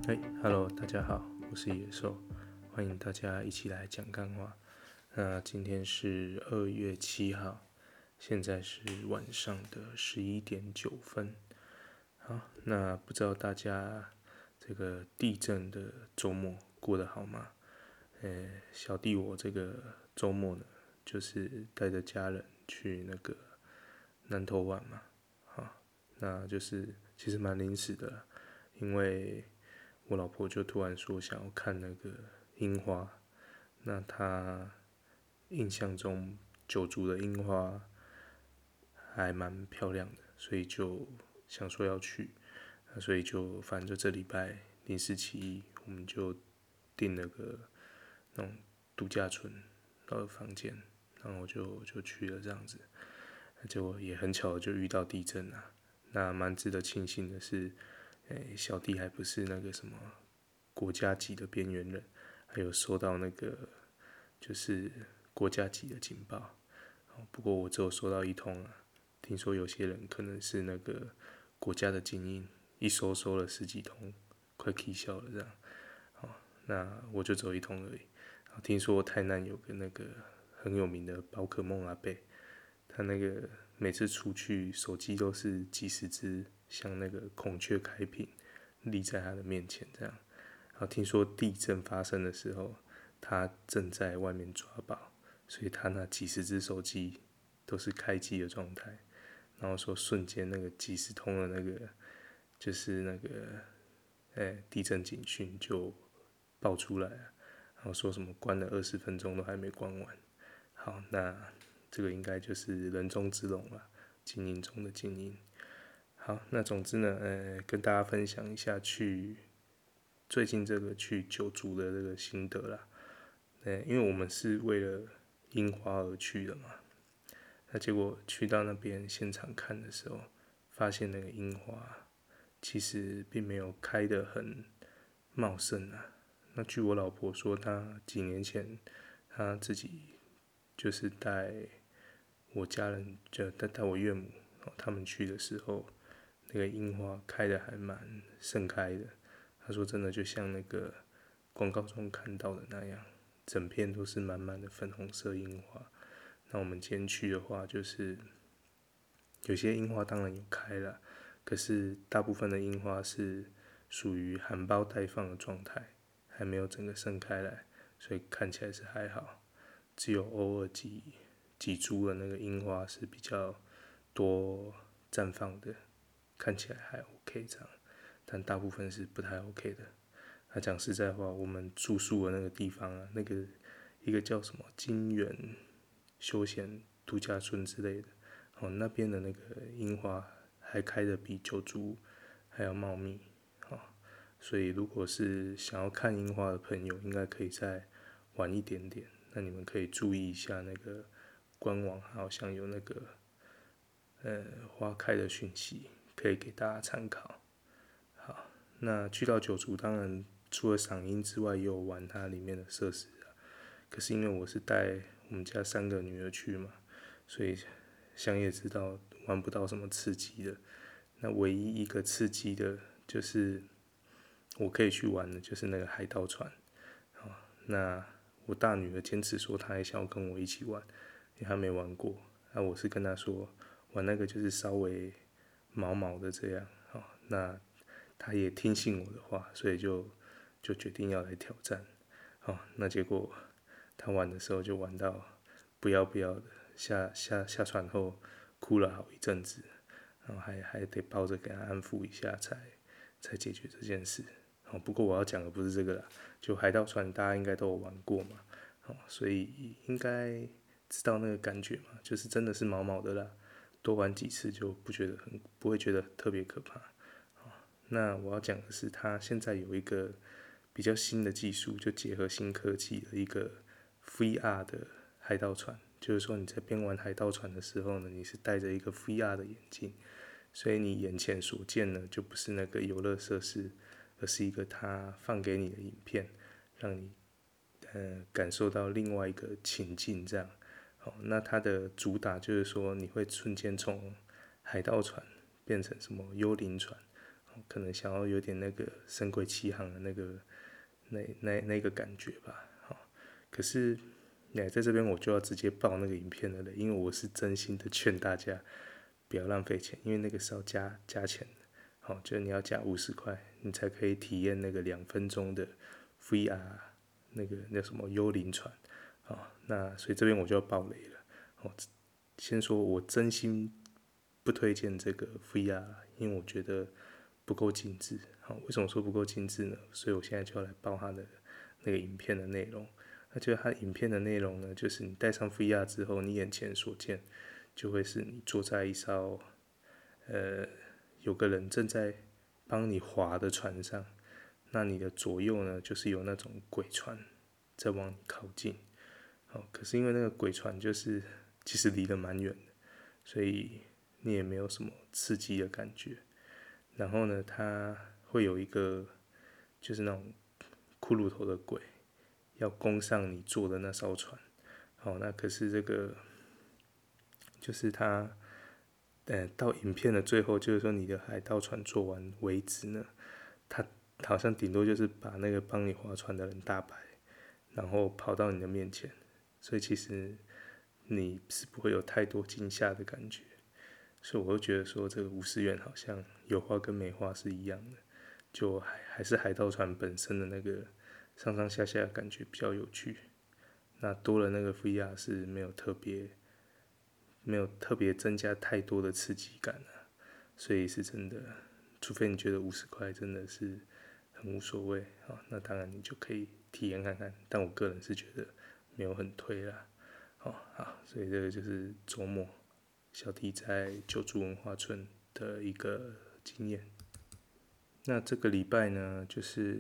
Hello，大家好，我是野兽，欢迎大家一起来讲干话。那今天是2月7号，现在是晚上的11点9分。好，那不知道大家这个地震的周末过得好吗？小弟我这个周末呢，就是带着家人去那个南投玩嘛。好，那就是其实蛮临时的啦，因为我老婆就突然说想要看那个樱花，那她印象中九族的樱花还蛮漂亮的，所以就想说要去，所以就反正就这礼拜临时起意，我们就订了个那种度假村的房间，然后就去了这样子，结果也很巧的就遇到地震啊。那蛮值得庆幸的是，小弟还不是那个什么国家级的边缘人，还有收到那个就是国家级的警报。不过我只有收到一通啊，听说有些人可能是那个国家的精英，一收了十几通，快气笑了这样。那我就只有一通而已。听说台南有个那个很有名的宝可梦阿伯，他那个每次出去手机都是几十只，像那个孔雀开屏立在他的面前这样。然后听说地震发生的时候，他正在外面抓宝，所以他那几十只手机都是开机的状态。然后说瞬间那个几十通的那个就是那个地震警讯就爆出来了，然后说什么关了20分钟都还没关完。好，那这个应该就是人中之龙了，精英中的精英。好，那总之呢，跟大家分享一下最近这个去九族的这个心得啦。因为我们是为了樱花而去的嘛，那结果去到那边现场看的时候，发现那个樱花其实并没有开得很茂盛啊。那据我老婆说，她几年前她自己就是带我家人，就带我岳母，他们去的时候，那个樱花开的还蛮盛开的。她说真的就像那个广告中看到的那样，整片都是满满的粉红色樱花。那我们今天去的话，就是有些樱花当然有开了，可是大部分的樱花是属于含苞待放的状态，还没有整个盛开来，所以看起来是还好。只有偶尔几株的那个樱花是比较多绽放的，看起来还 OK 这样，但大部分是不太 OK 的。那讲实在话，我们住宿的那个地方啊，那个一个叫什么金源休闲度假村之类的，那边的那个樱花还开的比九族还要茂密，所以如果是想要看樱花的朋友，应该可以再晚一点点。那你们可以注意一下那个官网，好像有那个花开的讯息，可以给大家参考。好，那去到九族，当然除了赏樱之外，也有玩它里面的设施啊。可是因为我是带我们家3个女儿去嘛，所以想也知道玩不到什么刺激的。那唯一一个刺激的，就是我可以去玩的，就是那个海盗船。那我大女儿坚持说她也想要跟我一起玩，因为她没玩过。那我是跟她说玩那个就是稍微毛毛的这样，那她也听信我的话，所以就决定要来挑战。那结果她玩的时候就玩到不要不要的，下船后哭了好一阵子，然后还得抱着给她安抚一下才解决这件事。不过我要讲的不是这个啦，就海盗船大家应该都有玩过嘛，所以应该知道那个感觉嘛，就是真的是毛毛的啦，多玩几次就不会觉得特别可怕。那我要讲的是，它现在有一个比较新的技术，就结合新科技的一个 VR 的海盗船，就是说你在边玩海盗船的时候呢，你是戴着一个 VR 的眼镜，所以你眼前所见呢，就不是那个游乐设施，而是一个它放给你的影片，让你感受到另外一个情境这样。那它的主打就是说，你会瞬间从海盗船变成什么幽灵船， 可能想要有点那个神鬼奇航的那个感觉吧，可是，在这边我就要直接爆那个影片了嘞，因为我是真心的劝大家不要浪费钱，因为那个是要加钱的，就是你要加50块，你才可以体验那个2分钟的 VR 那什么幽灵船，那所以这边我就要爆雷了，先说我真心不推荐这个 VR，因为我觉得不够精致。为什么说不够精致呢？所以我现在就要来报它的那个影片的内容。那就是它影片的内容呢，就是你戴上 VR 之后，你眼前所见就会是你坐在一艘有个人正在帮你划的船上，那你的左右呢，就是有那种鬼船在往你靠近。可是因为那个鬼船就是其实离得蛮远的，所以你也没有什么刺激的感觉。然后呢，它会有一个就是那种骷髅头的鬼要攻上你坐的那艘船。那可是这个就是它，到影片的最后，就是说你的海盗船做完为止呢，他好像顶多就是把那个帮你划船的人打败，然后跑到你的面前，所以其实你是不会有太多惊吓的感觉。所以我会觉得说，这个50元好像有花跟没花是一样的，就还是海盗船本身的那个上上下下的感觉比较有趣。那多了那个 VR 是没有特别增加太多的刺激感啊，所以是真的，除非你觉得50块真的是很无所谓啊，那当然你就可以体验看看。但我个人是觉得没有很推啦，好，所以这个就是周末小弟在九族文化村的一个经验。那这个礼拜呢，就是，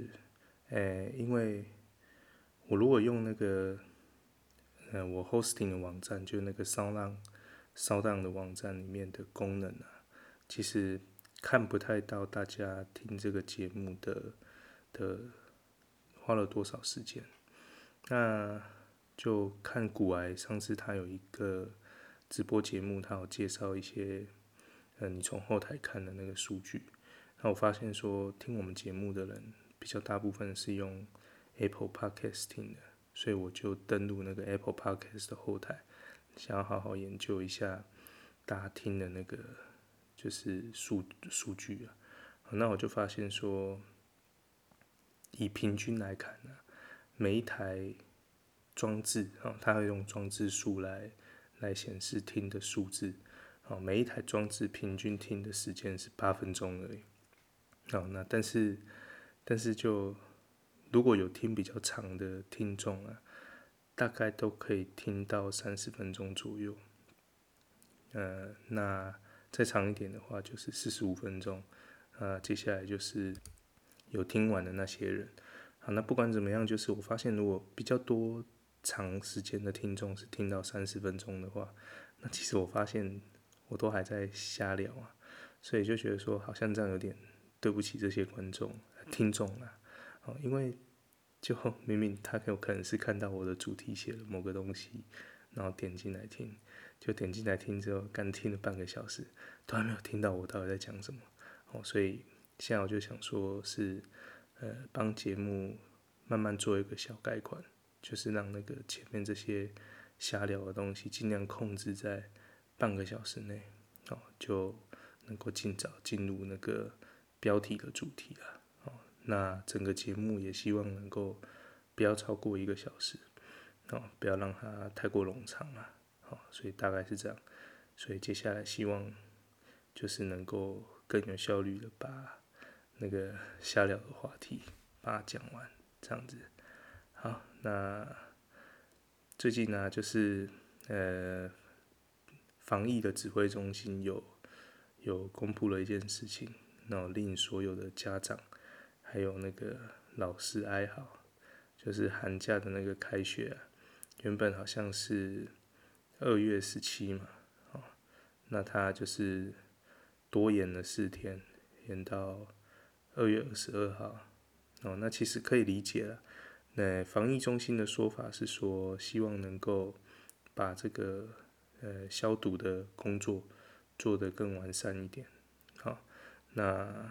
因为我如果用那个，我 hosting 的网站，就那个SoundOn的网站里面的功能啊，其实看不太到大家听这个节目的花了多少时间。那就看古癌上次他有一个直播节目，他有介绍一些，你从后台看的那个数据。那我发现说，听我们节目的人比较大部分是用 Apple Podcast 听的，所以我就登录那个 Apple Podcast 的后台，想要好好研究一下大家听的那个就是数据啊。那我就发现说，以平均来看呢，每一台装置它会用装置数来显示听的数字，每一台装置平均听的时间是8分钟而已。那但是就如果有听比较长的听众啊，大概都可以听到30分钟左右。那再长一点的话就是45分钟。接下来就是有听完的那些人。好，那不管怎么样，就是我发现如果比较多长时间的听众是听到30分钟的话，那其实我发现我都还在瞎聊啊，所以就觉得说好像这样有点对不起这些听众啊。因为就明明他有可能是看到我的主题写了某个东西，然后点进来听，就点进来听之后，干听了半个小时，都还没有听到我到底在讲什么。所以现在我就想说是，帮节目慢慢做一个小改款，就是让那个前面这些瞎聊的东西尽量控制在半个小时内，就能够尽早进入那个标题的主题了。那整个节目也希望能够不要超过1个小时，不要让它太过冗长了。所以大概是这样。所以接下来希望就是能够更有效率的把那个瞎聊的话题把它讲完，这样子。好，那最近呢，就是防疫的指挥中心有公布了一件事情，那令所有的家长还有那个老师哀嚎，就是寒假的那个开学啊，原本好像是2月17嘛，那他就是多延了4天，延到2月22号。那其实可以理解了。那防疫中心的说法是说，希望能够把这个消毒的工作做得更完善一点。好，那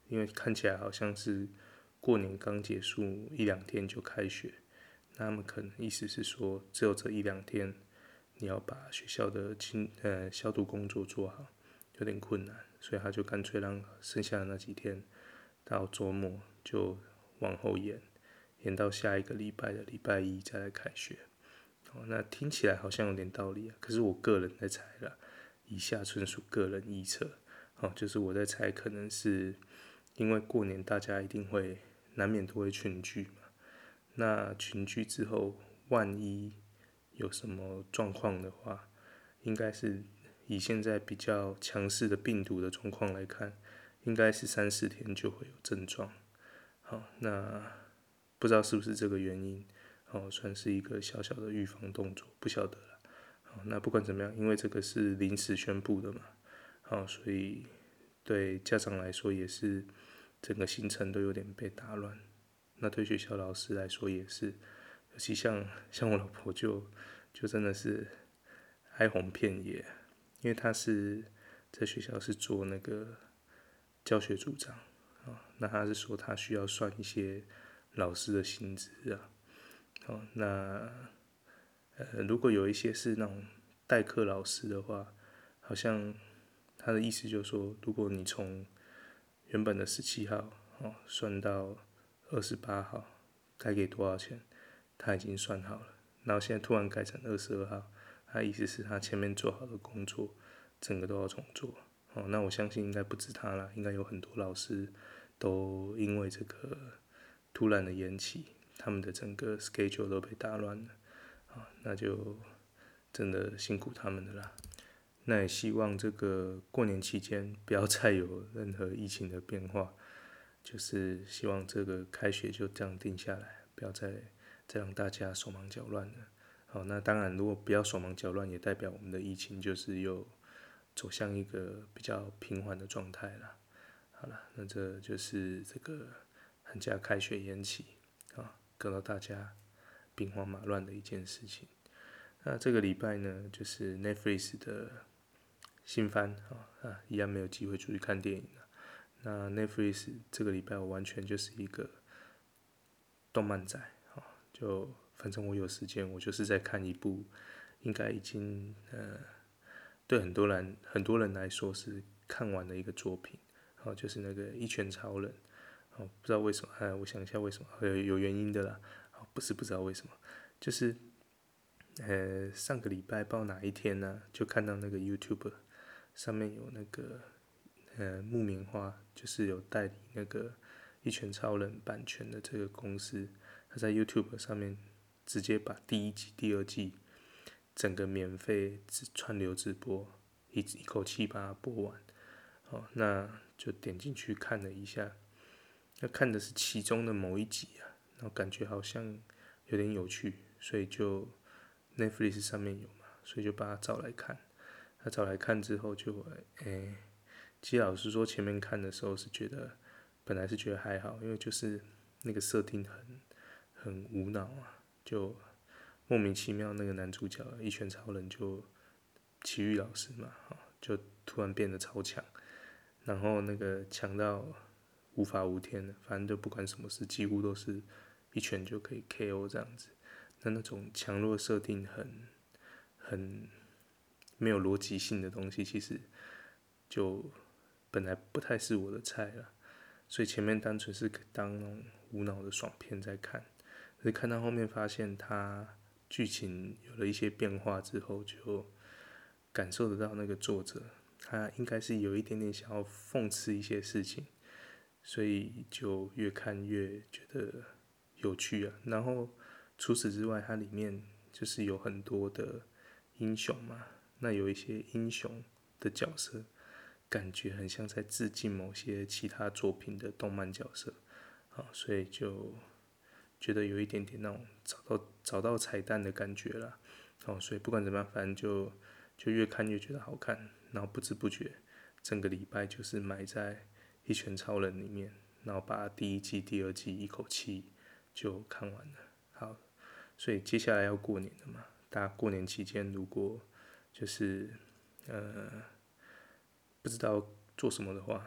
因为看起来好像是过年刚结束一两天就开学，那他们可能意思是说，只有这一两天你要把学校的消毒工作做好，有点困难，所以他就干脆让剩下的那几天到周末就往后延，延到下一个礼拜的礼拜一再来开学。那听起来好像有点道理啊，可是我个人在猜啦，以下纯属个人臆测。就是我在猜，可能是因为过年大家一定会难免都会群聚嘛，那群聚之后，万一有什么状况的话，应该是以现在比较强势的病毒的状况来看，应该是3-4天就会有症状。那不知道是不是这个原因，算是一个小小的预防动作，不晓得了。那不管怎么样，因为这个是临时宣布的嘛，所以对家长来说也是整个行程都有点被打乱。那对学校老师来说也是，尤其像我老婆就真的是哀鸿遍野，因为她是在学校是做那个教学组长那她是说她需要算一些老师的薪资啊，那如果有一些是那种代课老师的话，好像他的意思就是说，如果你从原本的17号算到28号，该给多少钱，他已经算好了。然后现在突然改成22号，他意思是他前面做好的工作，整个都要重做。那我相信应该不止他啦，应该有很多老师都因为这个突然的延期，他们的整个 schedule 都被打乱了。那就真的辛苦他们了啦。那也希望这个过年期间不要再有任何疫情的变化，就是希望这个开学就这样定下来，不要再让大家手忙脚乱了。那当然，如果不要手忙脚乱，也代表我们的疫情就是又走向一个比较平缓的状态了。好了，那这就是这个寒假开学延期搞到大家兵荒马乱的一件事情。那这个礼拜呢，就是 Netflix 的新番一样没有机会出去看电影了。那 Netflix 这个礼拜我完全就是一个动漫仔就反正我有时间，我就是在看一部应该已经对很多人来说是看完的一个作品，就是那个《一拳超人》。不知道为什么，我想一下为什么，有原因的啦。不知道为什么，就是上个礼拜不知道哪一天呢、就看到那个 YouTube 上面有那个木棉花，就是有代理那个一拳超人版权的这个公司，他在 YouTube 上面直接把第一季、第二季整个免费串流直播，一口气把它播完。那就点进去看了一下，那看的是其中的某一集然后感觉好像有点有趣，所以就 Netflix 上面有嘛，所以就把它找来看。他找来看之后就，其实老实说，前面看的时候是觉得，本来是觉得还好，因为就是那个设定很无脑就莫名其妙那个男主角一拳超人就奇遇老师嘛，就突然变得超强，然后那个强到无法无天的，反正就不管什么事，几乎都是一拳就可以 KO 这样子。那种强弱设定很没有逻辑性的东西，其实就本来不太是我的菜了，所以前面单纯是当那种无脑的爽片在看，可是看到后面发现它剧情有了一些变化之后，就感受得到那个作者他应该是有一点点想要讽刺一些事情，所以就越看越觉得有趣然后除此之外，它里面就是有很多的英雄嘛，那有一些英雄的角色，感觉很像在致敬某些其他作品的动漫角色，所以就觉得有一点点那种找到彩蛋的感觉啦，所以不管怎么样，反正就越看越觉得好看，然后不知不觉整个礼拜就是埋在一拳超人里面，然后把第一季、第二季一口气就看完了。好，所以接下来要过年了嘛，大家过年期间如果就是不知道做什么的话，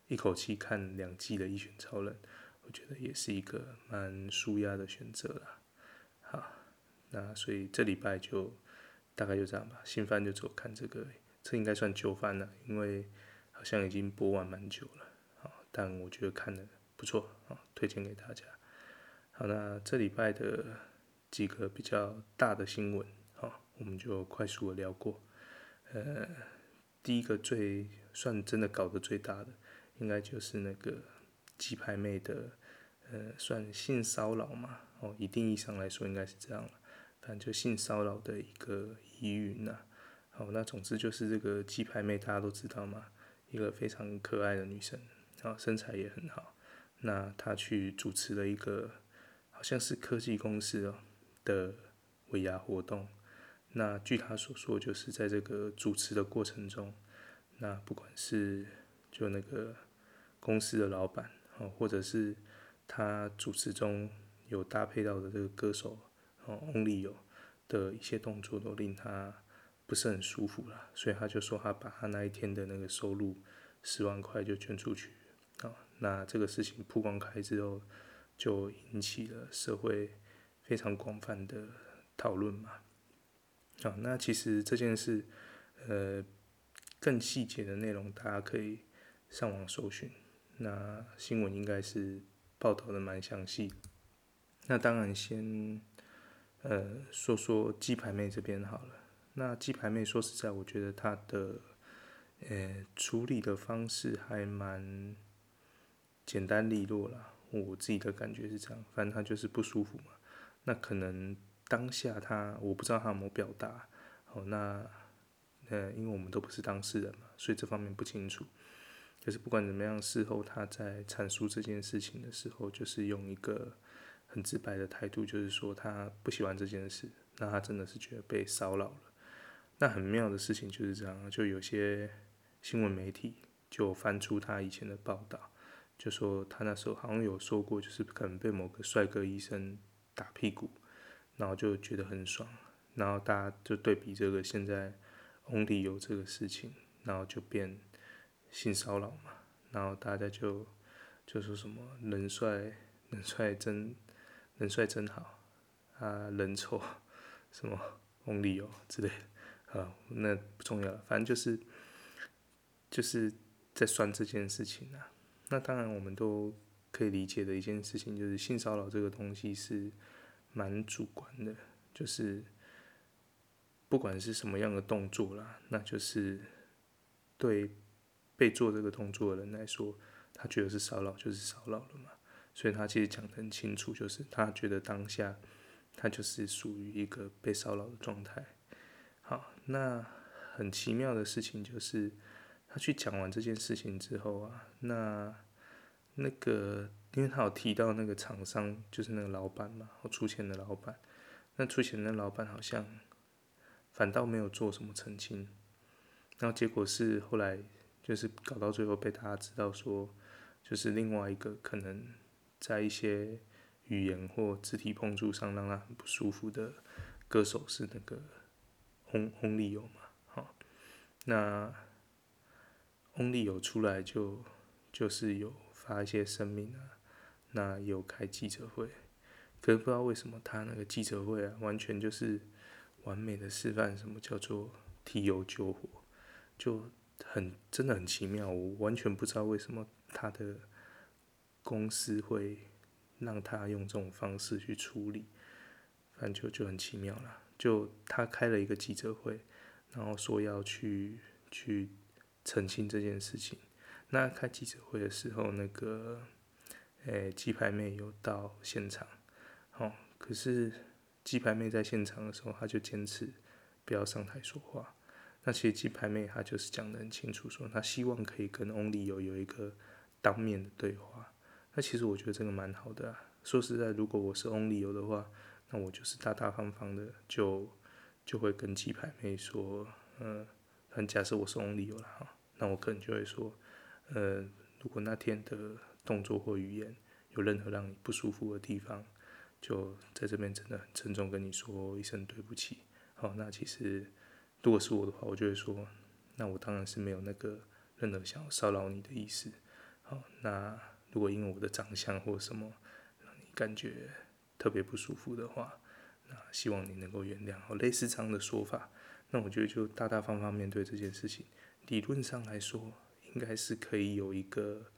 一口气看2季的《一拳超人》，我觉得也是一个蛮舒压的选择啦。好，那所以这礼拜就大概就这样吧。新番就只有看这个而已，这应该算旧番了，因为好像已经播完蛮久了。好，但我觉得看的不错，推荐给大家。好，那这礼拜的几个比较大的新闻，我们就快速的聊过。第一个算真的搞得最大的，应该就是那个鸡排妹的，算性骚扰嘛，以定义上来说应该是这样了。反正就性骚扰的一个疑云呐。好，那总之就是这个鸡排妹大家都知道嘛，一个非常可爱的女生，身材也很好。那她去主持了一个好像是科技公司的尾牙活动。那据她所说，就是在这个主持的过程中，那不管是就那个公司的老板，或者是他主持中有搭配到的这个歌手Only 有的一些动作，都令他不是很舒服啦。所以他就说他把他那一天的那个收入10万块就捐出去。那这个事情曝光开之后，就引起了社会非常广泛的讨论嘛。那其实这件事，更细节的内容大家可以上网搜寻。那新闻应该是报道的蛮详细。那当然先说说鸡排妹这边好了。那鸡排妹说实在，我觉得她的处理的方式还蛮简单利落啦。我自己的感觉是这样，反正她就是不舒服嘛。那可能当下我不知道她有没有表达。那因为我们都不是当事人嘛，所以这方面不清楚。可是不管怎么样，事后他在阐述这件事情的时候，就是用一个很直白的态度，就是说他不喜欢这件事，那他真的是觉得被骚扰了。那很妙的事情就是这样，就有些新闻媒体就翻出他以前的报道，就说他那时候好像有说过，就是可能被某个帅哥医生打屁股，然后就觉得很爽，然后大家就对比这个现在 Only 有这个事情，然后就变性骚扰嘛，然后大家就说什么人帅真好人丑什么 Only 有之类的，那不重要了，反正就是在算这件事情啊。那当然我们都可以理解的一件事情，就是性骚扰这个东西是蛮主观的，就是不管是什么样的动作啦，那就是对被做这个动作的人来说，他觉得是骚扰就是骚扰了嘛。所以他其实讲得很清楚，就是他觉得当下他就是属于一个被骚扰的状态。好，那很奇妙的事情就是，他去讲完这件事情之后啊，那个因为他有提到那个厂商，就是那个老板嘛，出钱的老板。那出钱的老板好像反倒没有做什么澄清，然后结果是后来就是搞到最后被大家知道说，就是另外一个可能在一些语言或肢体碰触上让他很不舒服的歌手是那个翁立友嘛。好，那翁立友出来就是有发一些声明啊，那也有开记者会。可是不知道为什么他那个记者会啊，完全就是完美的示范什么叫做提油救火，就真的很奇妙。我完全不知道为什么他的公司会让他用这种方式去处理，反正就很奇妙啦。就他开了一个记者会，然后说要去澄清这件事情。那开记者会的时候，那个鸡排妹有到现场。可是鸡排妹在现场的时候，她就坚持不要上台说话。那其实鸡排妹她就是讲得很清楚，说她希望可以跟 Only 有一个当面的对话。那其实我觉得这个蛮好的啊。说实在，如果我是 Only 有的话，那我就是大大方方的就会跟鸡排妹说，假设我是 Only 有了哈，那我可能就会说，如果那天的动作或语言有任何让你不舒服的地方，就在这边真的很郑重跟你说一声对不起。好，那其实如果是我的话，我就会说，那我当然是没有那个任何想要骚扰你的意思。 好，那如果因为我的长相或什么让你感觉特别不舒服的话，那希望你能够原谅。类似这样的说法，那我觉得就大大方方面对这件事情，理论上来说应该是可以有一个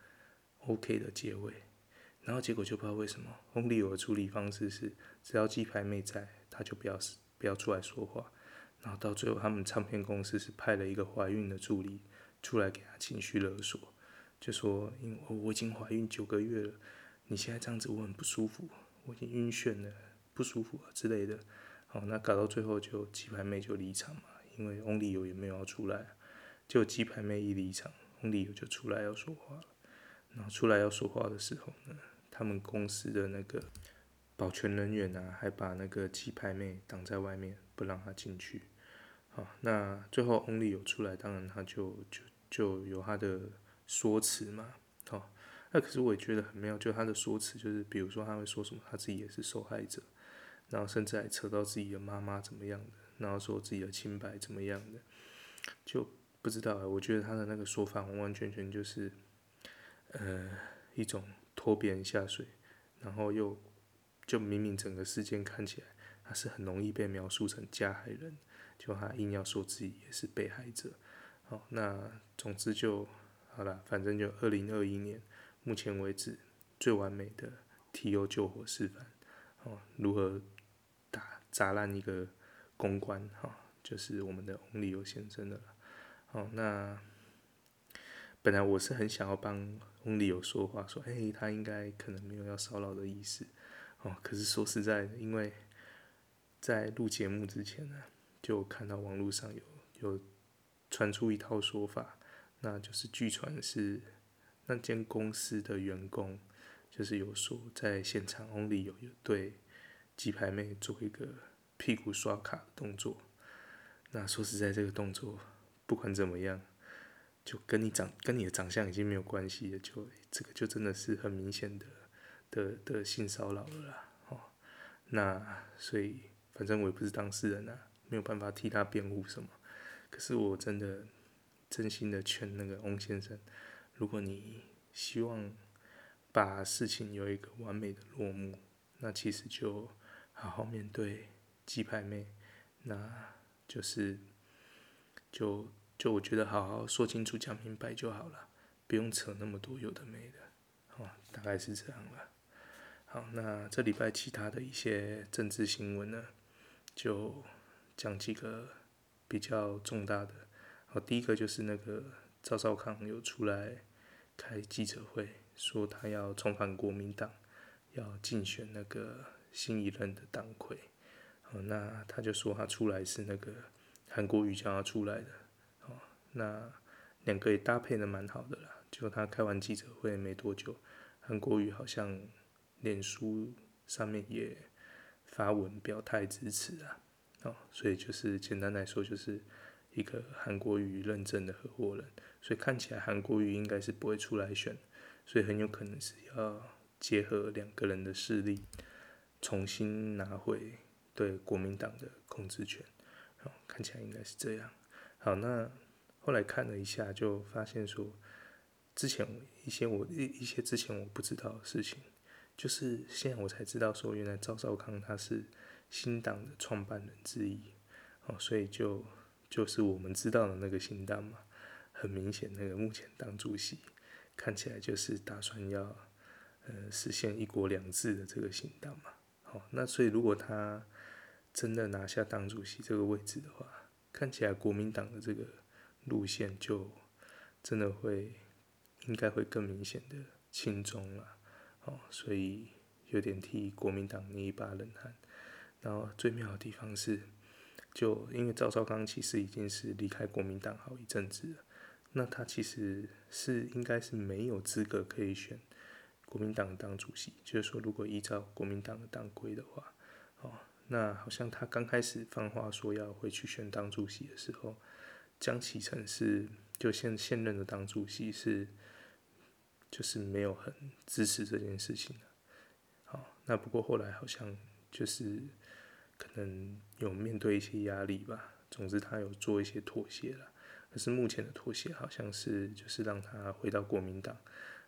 OK 的结尾。然后结果就不知道为什么，翁立友的处理方式是，只要鸡排妹在，他就不要出来说话。然后到最后，他们唱片公司是派了一个怀孕的助理出来给他情绪勒索，就说因为我已经怀孕9个月了，你现在这样子我很不舒服，我已经晕眩了，不舒服啊之类的。好，那搞到最后就鸡排妹就离场嘛，因为翁立友也没有要出来，就鸡排妹一离场，翁立友就出来要说话了。然后出来要说话的时候呢，他们公司的那个保全人员啊，还把那个鸡排妹挡在外面，不让她进去。好，那最后 Only 有出来，当然他就有他的说辞嘛。好，那可是我也觉得很妙，就他的说辞就是，比如说他会说什么，他自己也是受害者，然后甚至还扯到自己的妈妈怎么样的，然后说自己的清白怎么样的，就不知道我觉得他的那个说法完完全全就是一种拖别人下水，然后就明明整个事件看起来他是很容易被描述成加害人，就他硬要说自己也是被害者。好，那总之就好了，反正就2021年目前为止最完美的 TO 救火示范，如何砸烂一个公关，就是我们的翁立友先生的了。好，那本来我是很想要帮翁立友说话，说，他应该可能没有要骚扰的意思，可是说实在的，因为在录节目之前呢，就看到网络上有传出一套说法，那就是据传是那间公司的员工，就是有说在现场 Only 有对鸡排妹做一个屁股刷卡的动作。那说实在，这个动作不管怎么样，就跟你的长相已经没有关系了，就这个就真的是很明显的性骚扰了啦。那所以反正我也不是当事人啊，没有办法替他辩护什么。可是我真的真心的劝那个翁先生，如果你希望把事情有一个完美的落幕，那其实就好好面对鸡排妹，那就是就我觉得好好说清楚讲明白就好了，不用扯那么多有的没的，大概是这样吧。好，那这礼拜其他的一些政治新闻呢，就讲几个比较重大的。好，第一个就是那个赵少康有出来开记者会，说他要重返国民党，要竞选那个新一任的党魁。好，那他就说他出来是那个韩国瑜叫他出来的。好，那两个也搭配的蛮好的啦。就他开完记者会没多久，韩国瑜好像脸书上面也发文表态支持啊。所以就是简单来说，就是一个韩国瑜认证的合伙人，所以看起来韩国瑜应该是不会出来选，所以很有可能是要结合两个人的势力，重新拿回对国民党的控制权。看起来应该是这样。好，那后来看了一下，就发现说，之前一些之前我不知道的事情，就是现在我才知道说，原来赵少康他是新党的创办人之一。所以就是我们知道的那个新党嘛，很明显那个目前党主席看起来就是打算要实现一国两制的这个新党嘛。那所以如果他真的拿下党主席这个位置的话，看起来国民党的这个路线就真的应该会更明显的轻中了。所以有点替国民党捏一把冷汗。然后最妙的地方是，就因为赵少康其实已经是离开国民党好一阵子了，那他其实应该是没有资格可以选国民党当主席。就是说，如果依照国民党的党规的话，那好像他刚开始放话说要回去选党主席的时候，江启臣就现任的党主席就是没有很支持这件事情的。那不过后来好像就是可能有面对一些压力吧，总之他有做一些妥协了。可是目前的妥协好像是就是让他回到国民党，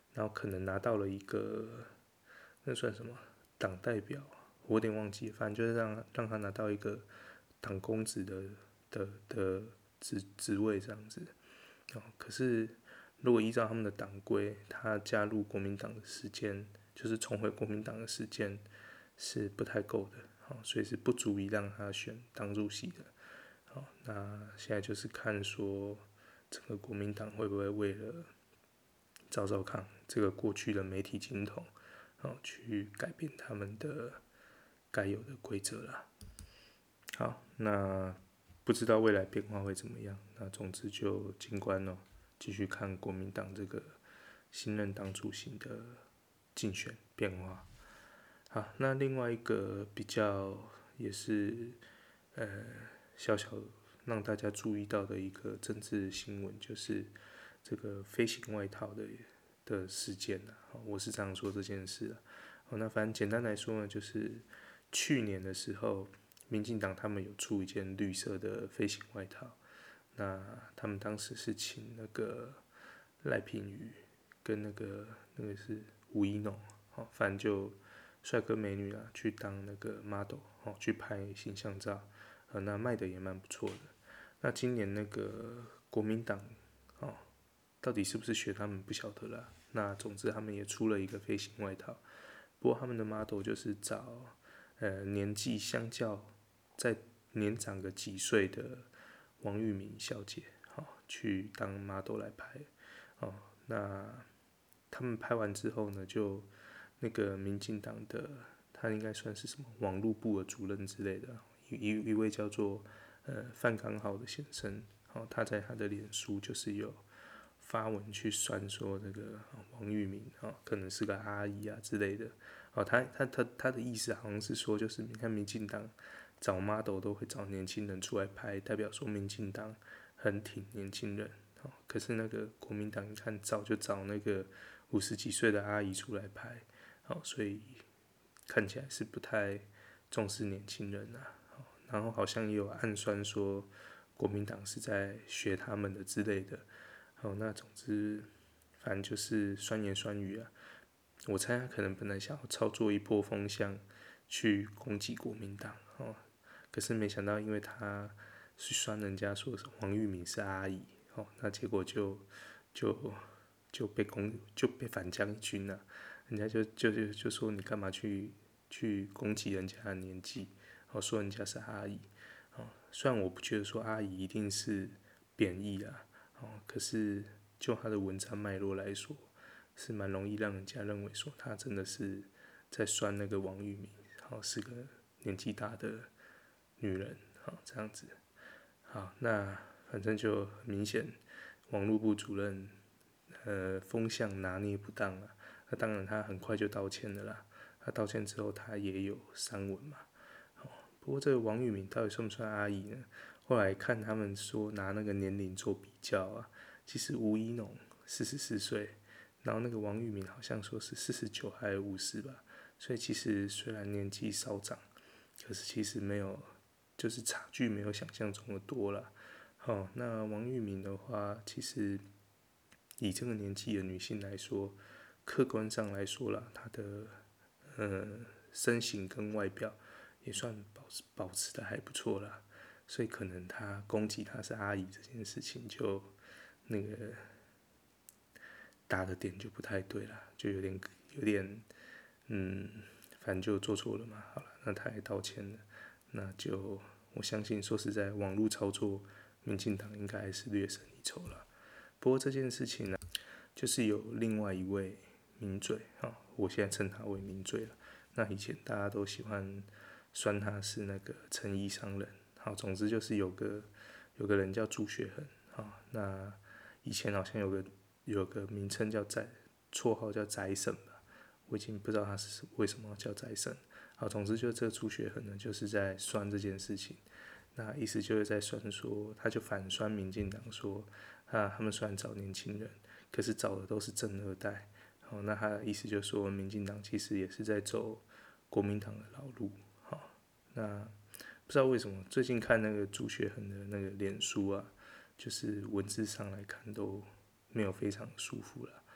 然后可能拿到了一个那算什么党代表，我有点忘记了，反正就是让他拿到一个党公职的职位这样子。可是如果依照他们的党规，他加入国民党的时间，就是重回国民党的时间是不太够的，所以是不足以让他选党主席的。那现在就是看说，整个国民党会不会为了赵少康这个过去的媒体金童，去改变他们的该有的规则啦。好，那不知道未来变化会怎么样。那总之就静观继续看国民党这个新任党主席的竞选变化。好，那另外一个比较也是小小让大家注意到的一个政治新闻，就是这个飞行外套的事件我是这样说这件事那反正简单来说呢，就是去年的时候，民进党他们有出一件绿色的飞行外套，那他们当时是请那个赖品妤跟那个是吴一农，反正就帅哥美女去当那个 model，去拍形象照，那卖的也蛮不错的。那今年那个国民党到底是不是学他们不晓得啦。那总之他们也出了一个飞行外套，不过他们的 model 就是找年纪相较再年长个几岁的王玉明小姐，去当 model 来拍。那他们拍完之后呢，就那个民进党的他应该算是什么网络部的主任之类的，一位叫做范刚豪的先生，他在他的脸书就是有发文去酸说这个王玉明可能是个阿姨之类的。他的意思好像是说，就是你看民进党找 model 都会找年轻人出来拍，代表说民进党很挺年轻人。可是那个国民党，你看找就找那个50几岁的阿姨出来拍，所以看起来是不太重视年轻人然后好像也有暗酸说国民党是在学他们的之类的。那总之反正就是酸言酸语我猜他可能本来想要操作一波风向去攻击国民党可是没想到因为他去酸人家说黄玉敏是阿姨那结果就被反将一军了。人家就说你干嘛去攻击人家的年纪，说人家是阿姨，虽然我不觉得说阿姨一定是贬义可是就他的文章脉络来说，是蛮容易让人家认为说他真的是在酸那个王玉明，是个年纪大的女人，这样子。好，那反正就很明显，网络部主任风向拿捏不当那当然他很快就道歉了啦。他道歉之后，他也有删文嘛。不过这个王玉敏到底算不算阿姨呢？后来看他们说拿那个年龄做比较其实吴一农44岁，然后那个王玉敏好像说是49还是50吧，所以其实虽然年纪稍长，可是其实没有，就是差距没有想象中的多啦。那王玉敏的话，其实以这个年纪的女性来说，客观上来说啦，她的身形跟外表也算保持的还不错啦，所以可能她攻击她是阿姨这件事情，就那个打的点就不太对啦，就有点反正就做错了嘛。好了，那她也道歉了，那就我相信说实在，网络操作民进党应该还是略胜一筹了。不过这件事情就是有另外一位名嘴我现在称他为名嘴了。那以前大家都喜欢酸他是那个成衣商人，总之就是有个人叫朱学恒那以前好像有个名称叫绰号叫宅神吧，我已经不知道他是为什么叫宅神。总之就这个朱学恒呢，就是在酸这件事情。那意思就是在酸说，他就反酸民进党说他们虽然找年轻人，可是找的都是正二代。那他的意思就是说，民进党其实也是在走国民党的老路。那不知道为什么最近看那个朱学恒的那个脸书就是文字上来看都没有非常舒服啦。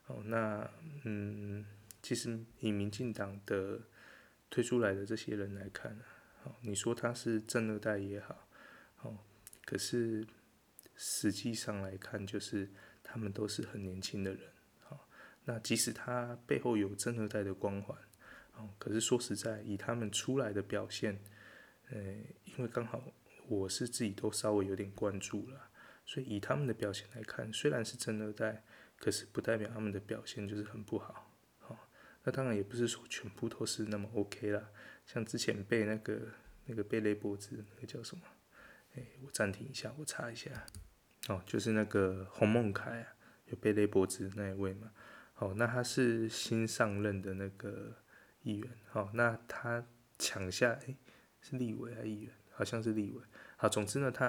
那其实以民进党的推出来的这些人来看，你说他是正二代也好，可是实际上来看，就是他们都是很年轻的人，那即使他背后有正二代的光环，可是说实在，以他们出来的表现，因为刚好我是自己都稍微有点关注了，所以以他们的表现来看，虽然是正二代，可是不代表他们的表现就是很不好。那当然也不是说全部都是那么 OK 啦，像之前被那个被勒脖子那个叫什么？我暂停一下，我查一下。就是那个洪孟凯啊，有被勒脖子那一位嘛。那他是新上任的那个议员。那他抢下，是立委还是议员？好像是立委。好，总之呢，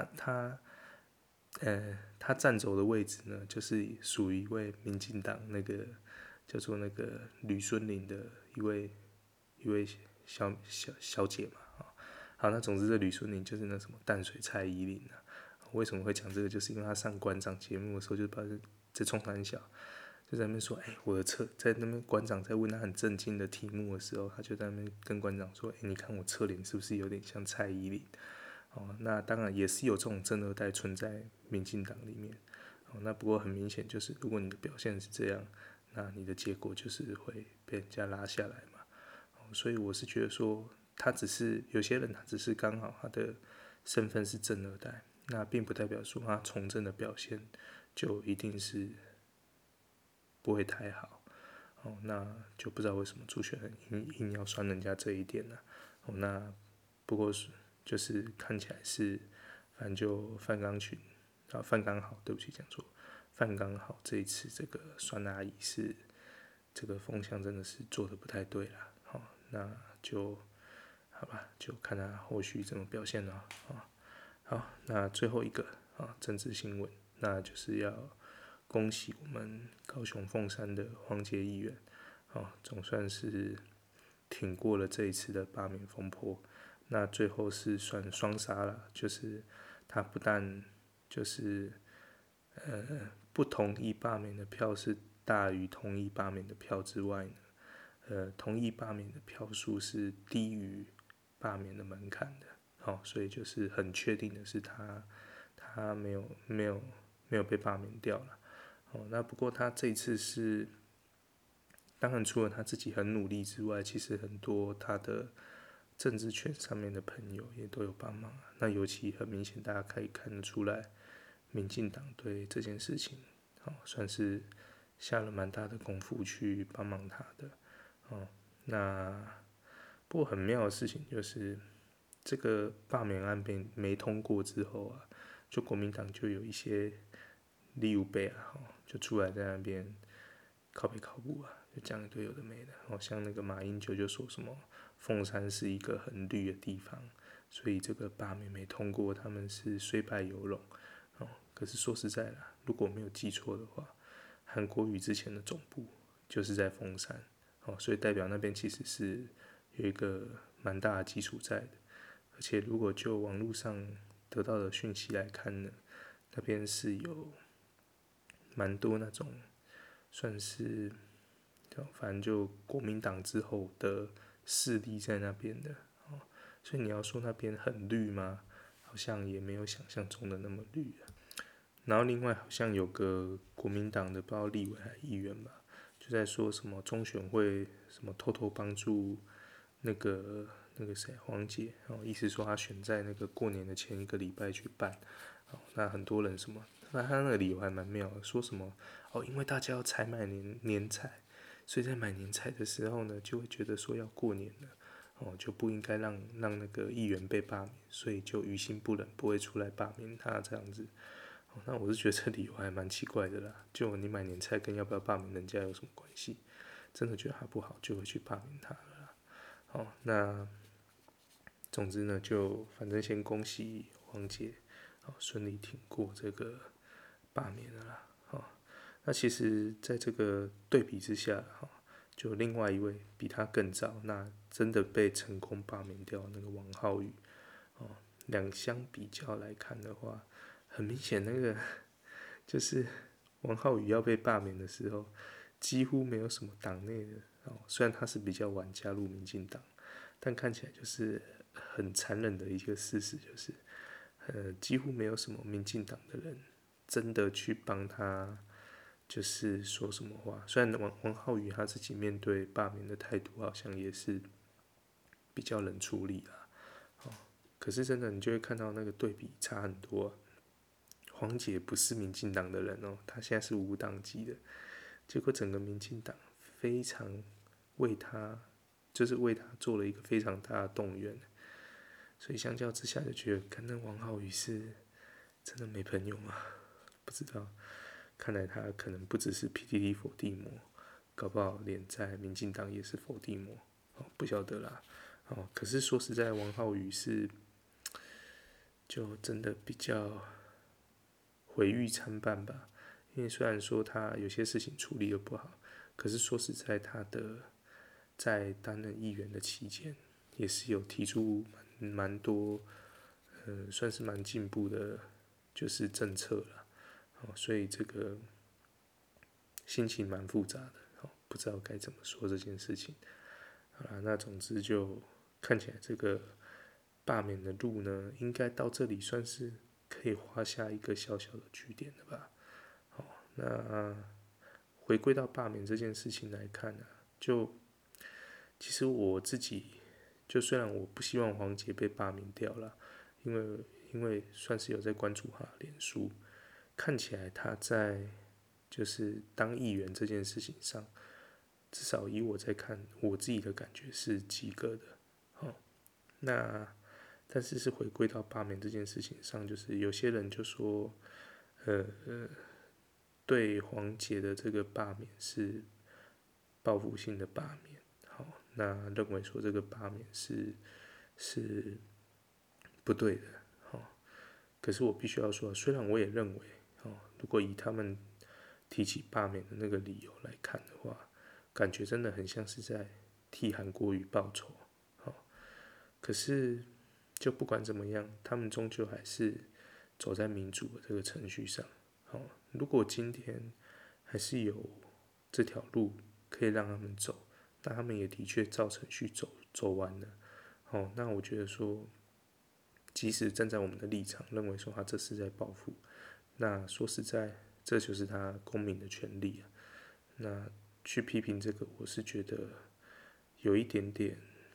他占走的位置呢，就是属于一位民进党那个叫做那个吕孙林的一位小姐嘛。好，那总之这吕孙林就是那什么淡水蔡依林啊。为什么会讲这个？就是因为他上馆长节目的时候，就把这冲很小，就在那边说，我的侧在那边馆长在问他很震惊的题目的时候，他就在那边跟馆长说，你看我侧脸是不是有点像蔡依林？那当然也是有这种正二代存在民进党里面。那不过很明显就是，如果你的表现是这样，那你的结果就是会被人家拉下来嘛。所以我是觉得说，他只是有些人他只是刚好他的身份是正二代，那并不代表说他从政的表现就一定是不会太好。那就不知道为什么朱学恒硬要酸人家这一点呢？那不过就是看起来是，反正就范刚好，对不起讲错，范刚好这一次这个酸阿姨是这个风向真的是做的不太对啦。那就好吧，就看他后续怎么表现了。好，那最后一个政治新闻，那就是要恭喜我们高雄凤山的黄捷议员，总算是挺过了这一次的罢免风波。那最后是算双杀了，就是他不但就是不同意罢免的票是大于同意罢免的票之外呢，同意罢免的票数是低于罢免的门槛的。所以就是很确定的是他没有被罢免掉了。那不过他这一次是，当然除了他自己很努力之外，其实很多他的政治圈上面的朋友也都有帮忙。那尤其很明显，大家可以看得出来，民进党对这件事情，算是下了蛮大的功夫去帮忙他的。那不过很妙的事情就是，这个罢免案没通过之后啊，就国民党就有一些立务辈啊，就出来在那边靠北靠步啊，就讲一堆有的没的。像那个马英九就说什么凤山是一个很绿的地方，所以这个罢免没通过，他们是虽败犹荣。可是说实在的，如果没有记错的话，韩国瑜之前的总部就是在凤山，所以代表那边其实是有一个蛮大的基础在的。而且如果就网络上得到的讯息来看呢，那边是有蛮多那种算是，反正就国民党之后的势力在那边的。所以你要说那边很绿吗？好像也没有想象中的那么绿啊。然后另外好像有个国民党的不知道立委还是议员吧，就在说什么中选会什么偷偷帮助那个谁黄姐，意思说他选在那个过年的前一个礼拜去办。那很多人什么，那他那个理由还蛮妙的，说什么因为大家要采买年菜，所以在买年菜的时候呢，就会觉得说要过年了，就不应该让那个议员被罢免，所以就于心不忍，不会出来罢免他这样子。那我是觉得这理由还蛮奇怪的啦，就你买年菜跟要不要罢免人家有什么关系？真的觉得他不好，就会去罢免他了啦。那总之呢，就反正先恭喜黄姐，顺利挺过这个罢免了啦。那其实在这个对比之下，就另外一位比他更早，那真的被成功罢免掉那个王浩宇，两相比较来看的话，很明显那个就是王浩宇要被罢免的时候， 几乎没有什么党内的虽然他是比较晚加入民进党，但看起来就是很残忍的一个事实，就是几乎没有什么民进党的人真的去帮他，就是说什么话。虽然王浩宇他自己面对罢免的态度好像也是比较冷处理啦，可是真的你就会看到那个对比差很多黄捷不是民进党的人他现在是无党籍的，结果整个民进党非常为他，就是为他做了一个非常大的动员，所以相较之下就觉得，看那王浩宇是真的没朋友吗？不知道，看来他可能不只是 PTT 否定魔，搞不好连在民进党也是否定魔，不晓得啦。可是说实在，王浩宇是就真的比较毁誉参半吧。因为虽然说他有些事情处理的不好，可是说实在，他的在担任议员的期间，也是有提出蛮多，算是蛮进步的，就是政策了。所以这个心情蛮复杂的，不知道该怎么说这件事情。好啦，那总之就看起来这个罢免的路呢，应该到这里算是可以画下一个小小的句点了吧。那回归到罢免这件事情来看呢，就其实我自己，就虽然我不希望黄捷被罢免掉了，因为算是有在关注他的脸书，看起来他在就是当议员这件事情上，至少以我在看我自己的感觉是及格的。那但是回归到罢免这件事情上，就是有些人就说，呃，对黄捷的这个罢免是报复性的罢免，那认为说这个罢免是不对的，可是我必须要说，虽然我也认为，如果以他们提起罢免的那个理由来看的话，感觉真的很像是在替韩国瑜报仇，可是就不管怎么样，他们终究还是走在民主的这个程序上，如果今天还是有这条路可以让他们走，那他们也的确照程序走完了，那我觉得说，即使站在我们的立场，认为说他这是在报复，那说实在，这就是他公民的权利啊。那去批评这个，我是觉得有一点点，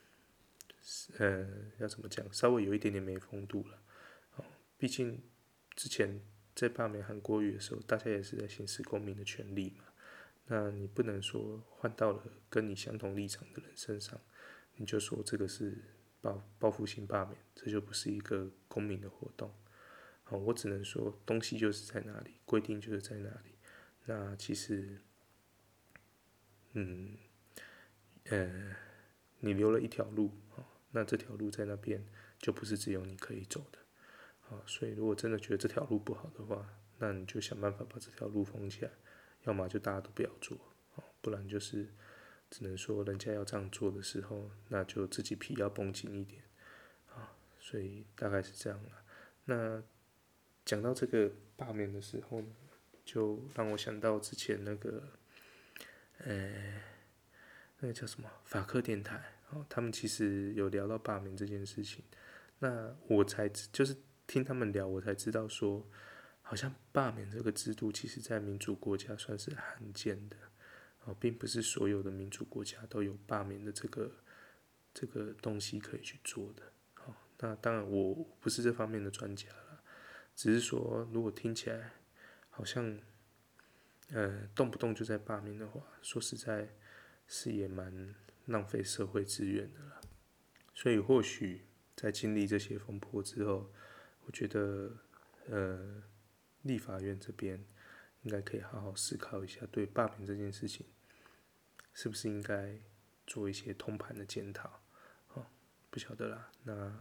要怎么讲，稍微有一点点没风度了。毕竟之前在罢免韩国瑜的时候，大家也是在行使公民的权利嘛。那你不能说换到了跟你相同立场的人身上，你就说这个是报复性罢免，这就不是一个公民的活动。我只能说东西就是在那里，规定就是在那里。那其实，你留了一条路，那这条路在那边就不是只有你可以走的。所以如果真的觉得这条路不好的话，那你就想办法把这条路封起来，要么就大家都不要做，不然就是只能说人家要这样做的时候，那就自己皮要绷紧一点，所以大概是这样啦。那讲到这个罢免的时候呢，就让我想到之前那个叫什么法科电台，他们其实有聊到罢免这件事情。那我才就是听他们聊，我才知道说，好像罢免这个制度，其实在民主国家算是罕见的，并不是所有的民主国家都有罢免的这个东西可以去做的。那当然我不是这方面的专家啦，只是说如果听起来好像动不动就在罢免的话，说实在是也蛮浪费社会资源的啦。所以或许在经历这些风波之后，我觉得立法院这边应该可以好好思考一下，对罢免这件事情是不是应该做一些通盘的检讨。不晓得啦。那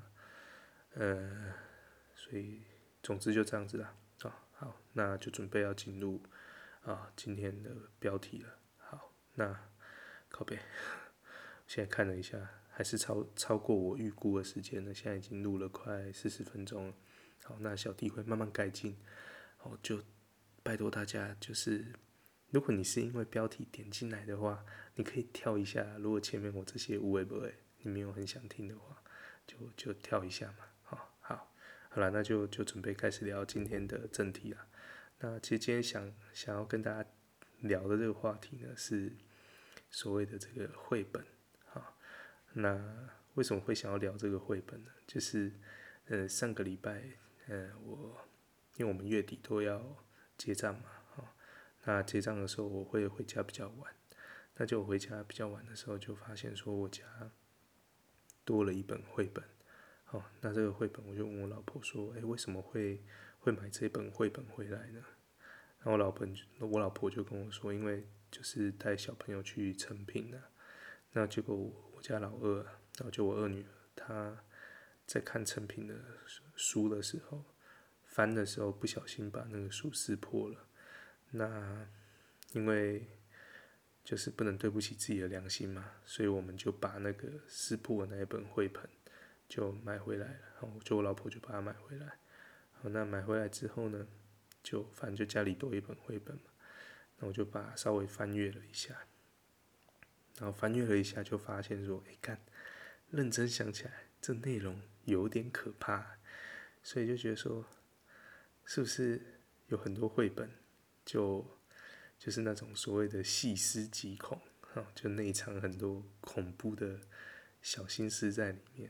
所以总之就这样子啦。好，那就准备要进入今天的标题了。好，那靠背，现在看了一下，还是超过我预估的时间了。现在已经录了快40分钟了。好，那小弟会慢慢改进。就拜托大家就是如果你是因为标题点进来的话，你可以跳一下。如果前面我这些无为不为你没有很想听的话，就跳一下嘛。好了，那就准备开始聊今天的正题啦。那其实今天想要跟大家聊的这个话题呢，是所谓的这个绘本。那为什么会想要聊这个绘本呢？就是上个礼拜因为我们月底都要结账嘛，那结账的时候我会回家比较晚，那就我回家比较晚的时候就发现说我家多了一本绘本。那这个绘本我就问我老婆说，为什么会买这本绘本回来呢？然后我老婆就跟我说，因为就是带小朋友去成品啊，那结果我家老二，然后就我二女儿，她在看成品的书的时候，翻的时候不小心把那个书撕破了。那因为就是不能对不起自己的良心嘛，所以我们就把那个撕破的那一本绘本就买回来了。就我老婆就把它买回来。好，那买回来之后呢，反正就家里多一本绘本嘛，那我就把它稍微翻阅了一下，然后翻阅了一下就发现说，看，认真想起来，这内容有点可怕，所以就觉得说，是不是有很多绘本就是那种所谓的细思极恐，就内藏很多恐怖的小心思在里面。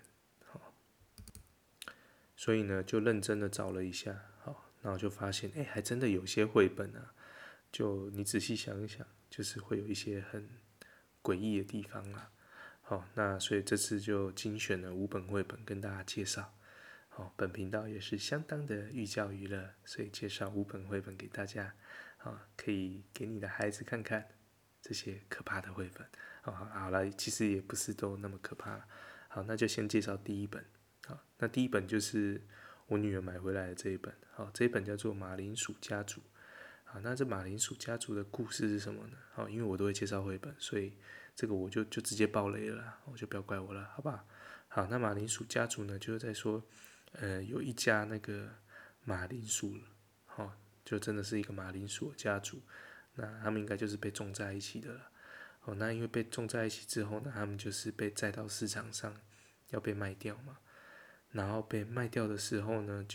所以呢，就认真的找了一下，然后就发现，还真的有些绘本啊，就你仔细想一想，就是会有一些很诡异的地方啦。那所以这次就精选了5本绘本跟大家介绍。本频道也是相当的寓教于乐，所以介绍5本绘本给大家，可以给你的孩子看看这些可怕的绘本。好了，其实也不是都那么可怕。好，那就先介绍第一本。那第一本就是我女儿买回来的这一本。这一本叫做《马铃薯家族》。那这马铃薯家族的故事是什么呢？因为我都会介绍绘本，所以这个我就直接爆雷了啦，我就不要怪我了，好不好？好，那马铃薯家族呢，就是在说，有一家那个马铃薯，就真的是一个马铃薯的家族，那他们应该就是被种在一起的了。那因为被种在一起之后呢，他们就是被载到市场上，要被卖掉嘛。然后被卖掉的时候呢，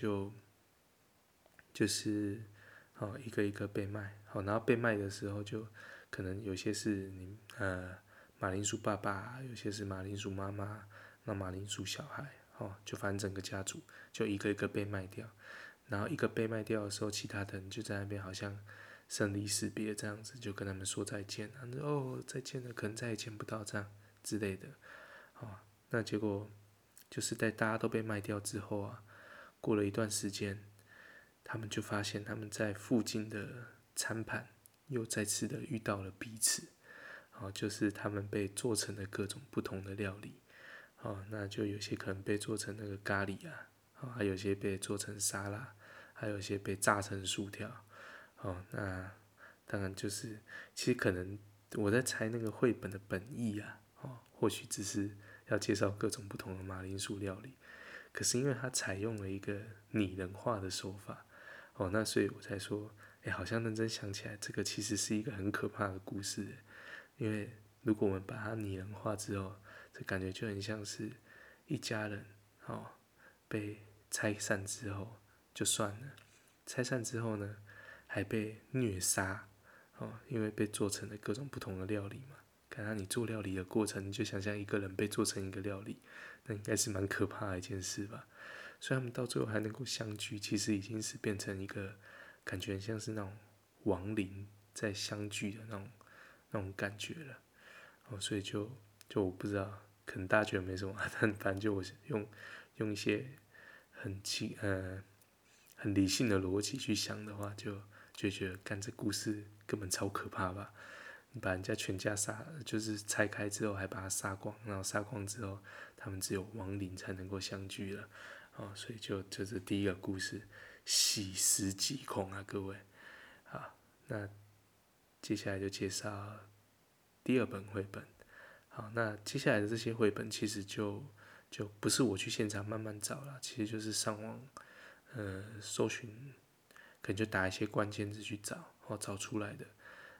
就是一个一个被卖。然后被卖的时候就可能有些是马铃薯爸爸，有些是马铃薯妈妈，那马铃薯小孩，就反正整个家族就一个一个被卖掉。然后一个被卖掉的时候，其他的人就在那边好像生离死别这样子，就跟他们说再见，再见了，可能再也见不到这样之类的。那结果就是在大家都被卖掉之后啊，过了一段时间，他们就发现他们在附近的餐盘又再次的遇到了彼此。就是他们被做成了各种不同的料理。那就有些可能被做成那个咖喱啊，还有些被做成沙拉，还有些被炸成薯条。那当然就是其实可能我在猜那个绘本的本意啊，或许只是要介绍各种不同的马铃薯料理，可是因为它采用了一个拟人化的手法，那所以我才说，好像认真想起来，这个其实是一个很可怕的故事。因为如果我们把它拟人化之后，这感觉就很像是一家人，被拆散之后就算了，拆散之后呢，还被虐杀，因为被做成了各种不同的料理嘛。看到你做料理的过程，你就想象一个人被做成一个料理，那应该是蛮可怕的一件事吧。所以他们到最后还能够相聚，其实已经是变成一个感觉很像是那种亡灵在相聚的那种感觉了。所以就我不知道，可能大家觉得没什么，但反正就我用一些很理性的逻辑去想的话，就觉得干这故事根本超可怕吧。你把人家全家就是拆开之后还把他杀光，然后杀光之后，他们只有亡灵才能够相聚了。所以就是第一个故事，细思极恐啊，各位。好，那接下来就介绍第二本绘本。好，那接下来的这些绘本其实就不是我去现场慢慢找啦，其实就是上网搜寻，可能就打一些关键字去找，找出来的。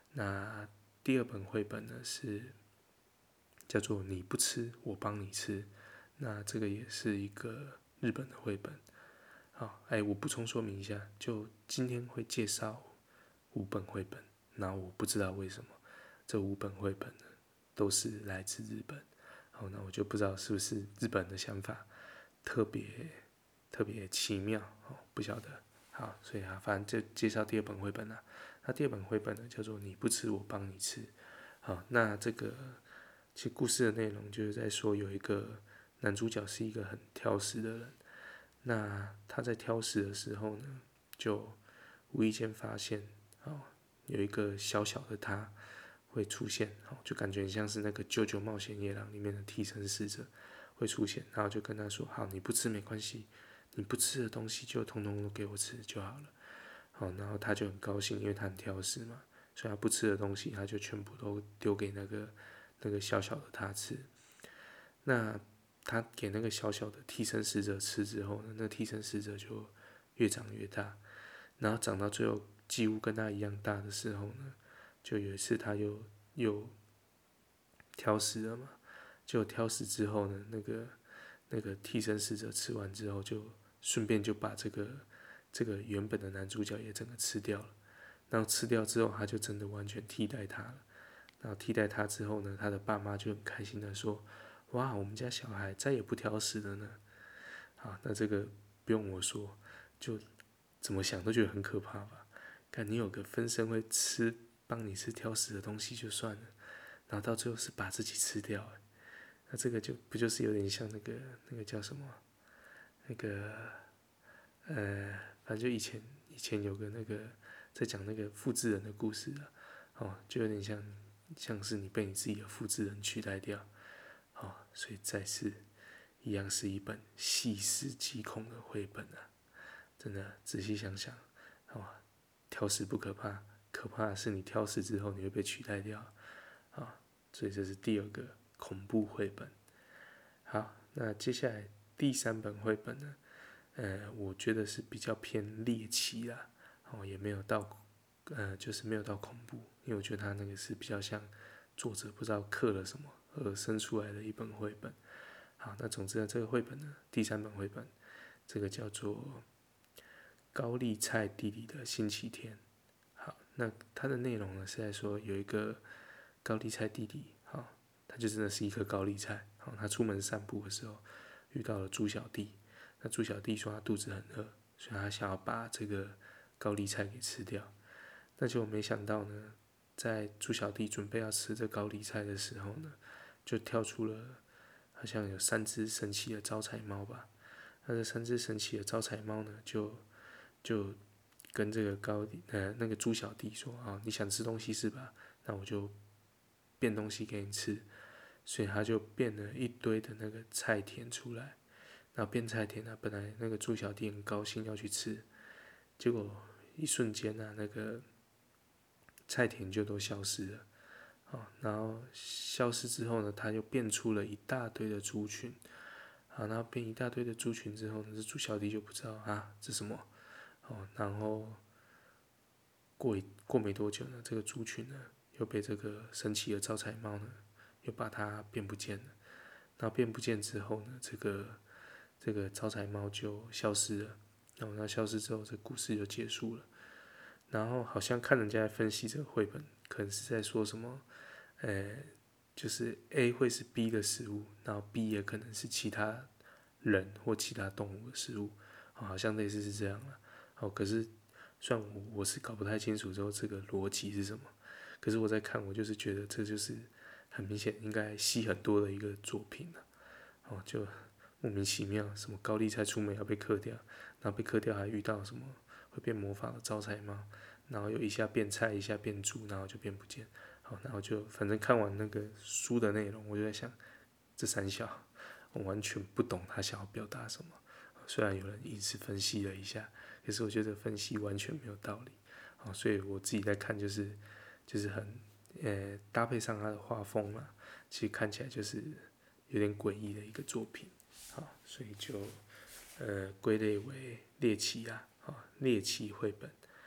那第二本绘本呢是叫做你不吃我帮你吃，那这个也是一个日本的绘本。好，我补充说明一下，就今天会介绍5本绘本，那我不知道为什么这5本绘本呢都是来自日本。好，那我就不知道是不是日本的想法特别奇妙，不晓得。好，所以反正就介绍第二本绘本啦。那第二本绘本呢叫做你不吃我帮你吃。好，那这个其实故事的内容就是在说有一个男主角是一个很挑食的人，那他在挑食的时候呢，就无意间发现，有一个小小的他会出现，就感觉很像是那个《啾啾冒险野狼》里面的替身使者会出现，然后就跟他说：好，你不吃没关系，你不吃的东西就通通都给我吃就好了。好，然后他就很高兴，因为他很挑食嘛，所以他不吃的东西他就全部都丢给那个小小的他吃。那他给那个小小的替身使者吃之后呢，那替身使者就越长越大，然后长到最后几乎跟他一样大的时候呢，就有一次他又挑食了嘛，就挑食之后呢，那个替身使者吃完之后，就顺便就把这个原本的男主角也整个吃掉了。然后吃掉之后，他就真的完全替代他了。然后替代他之后呢，他的爸妈就很开心的说：哇，我们家小孩再也不挑食了呢。好，那这个不用我说，就怎么想都觉得很可怕吧？看你有个分身会帮你吃挑食的东西就算了，然后到最后是把自己吃掉，那这个不就是有点像那个叫什么？那个反正就以前有个那个在讲那个复制人的故事就有点像是你被你自己的复制人取代掉，所以再次一样是一本细思极恐的绘本啊！真的仔细想想，挑食不可怕，可怕的是你挑食之后你会被取代掉所以这是第二个恐怖绘本。好，那接下来第3本绘本呢？我觉得是比较偏猎奇啦，也没有到就是没有到恐怖，因为我觉得它那个是比较像作者不知道刻了什么而生出来的一本绘本。好，那总之呢，这个绘本呢，第3本绘本，这个叫做高丽菜弟弟的星期天。好，那它的内容呢是在说有一个高丽菜弟弟，他就真的是一颗高丽菜。他出门散步的时候遇到了猪小弟，那猪小弟说他肚子很饿，所以他想要把这个高丽菜给吃掉。那结果没想到呢，在猪小弟准备要吃这高丽菜的时候呢，就跳出了好像有3只神奇的招财猫吧。那这3只神奇的招财猫呢，就跟这个那个猪小弟说你想吃东西是吧？那我就变东西给你吃。所以他就变了一堆的那个菜田出来。然后变菜田呢，本来那个猪小弟很高兴要去吃，结果一瞬间那个菜田就都消失了。然后消失之后呢，他又变出了一大堆的猪群。然后变一大堆的猪群之后呢，这猪小弟就不知道这是什么。然后过没多久呢，这个猪群呢又被这个神奇的招财猫呢又把它变不见了。然后变不见之后呢，这个招财猫就消失了。然后它消失之后，这故事就结束了。然后好像看人家分析这个绘本，可能是在说什么，就是 A 会是 B 的食物，然后 B 也可能是其他人或其他动物的食物，好像类似是这样了。可是虽然我是搞不太清楚之后这个逻辑是什么，可是我在看，我就是觉得这就是很明显应该戏很多的一个作品了。就莫名其妙，什么高丽菜出门要被克掉，然后被克掉还遇到什么会变魔法的招财猫，然后又一下变菜，一下变猪，然后就变不见。然后就反正看完那个书的内容，我就在想，这三小我完全不懂他想要表达什么。虽然有人硬是分析了一下，可是我觉得分析完全没有道理。所以我自己在看就是很搭配上他的画风嘛，其实看起来就是有点诡异的一个作品。所以就归类为猎奇猎奇绘本。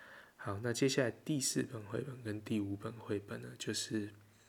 好，那接下来第4本绘本跟第5本绘本呢，就是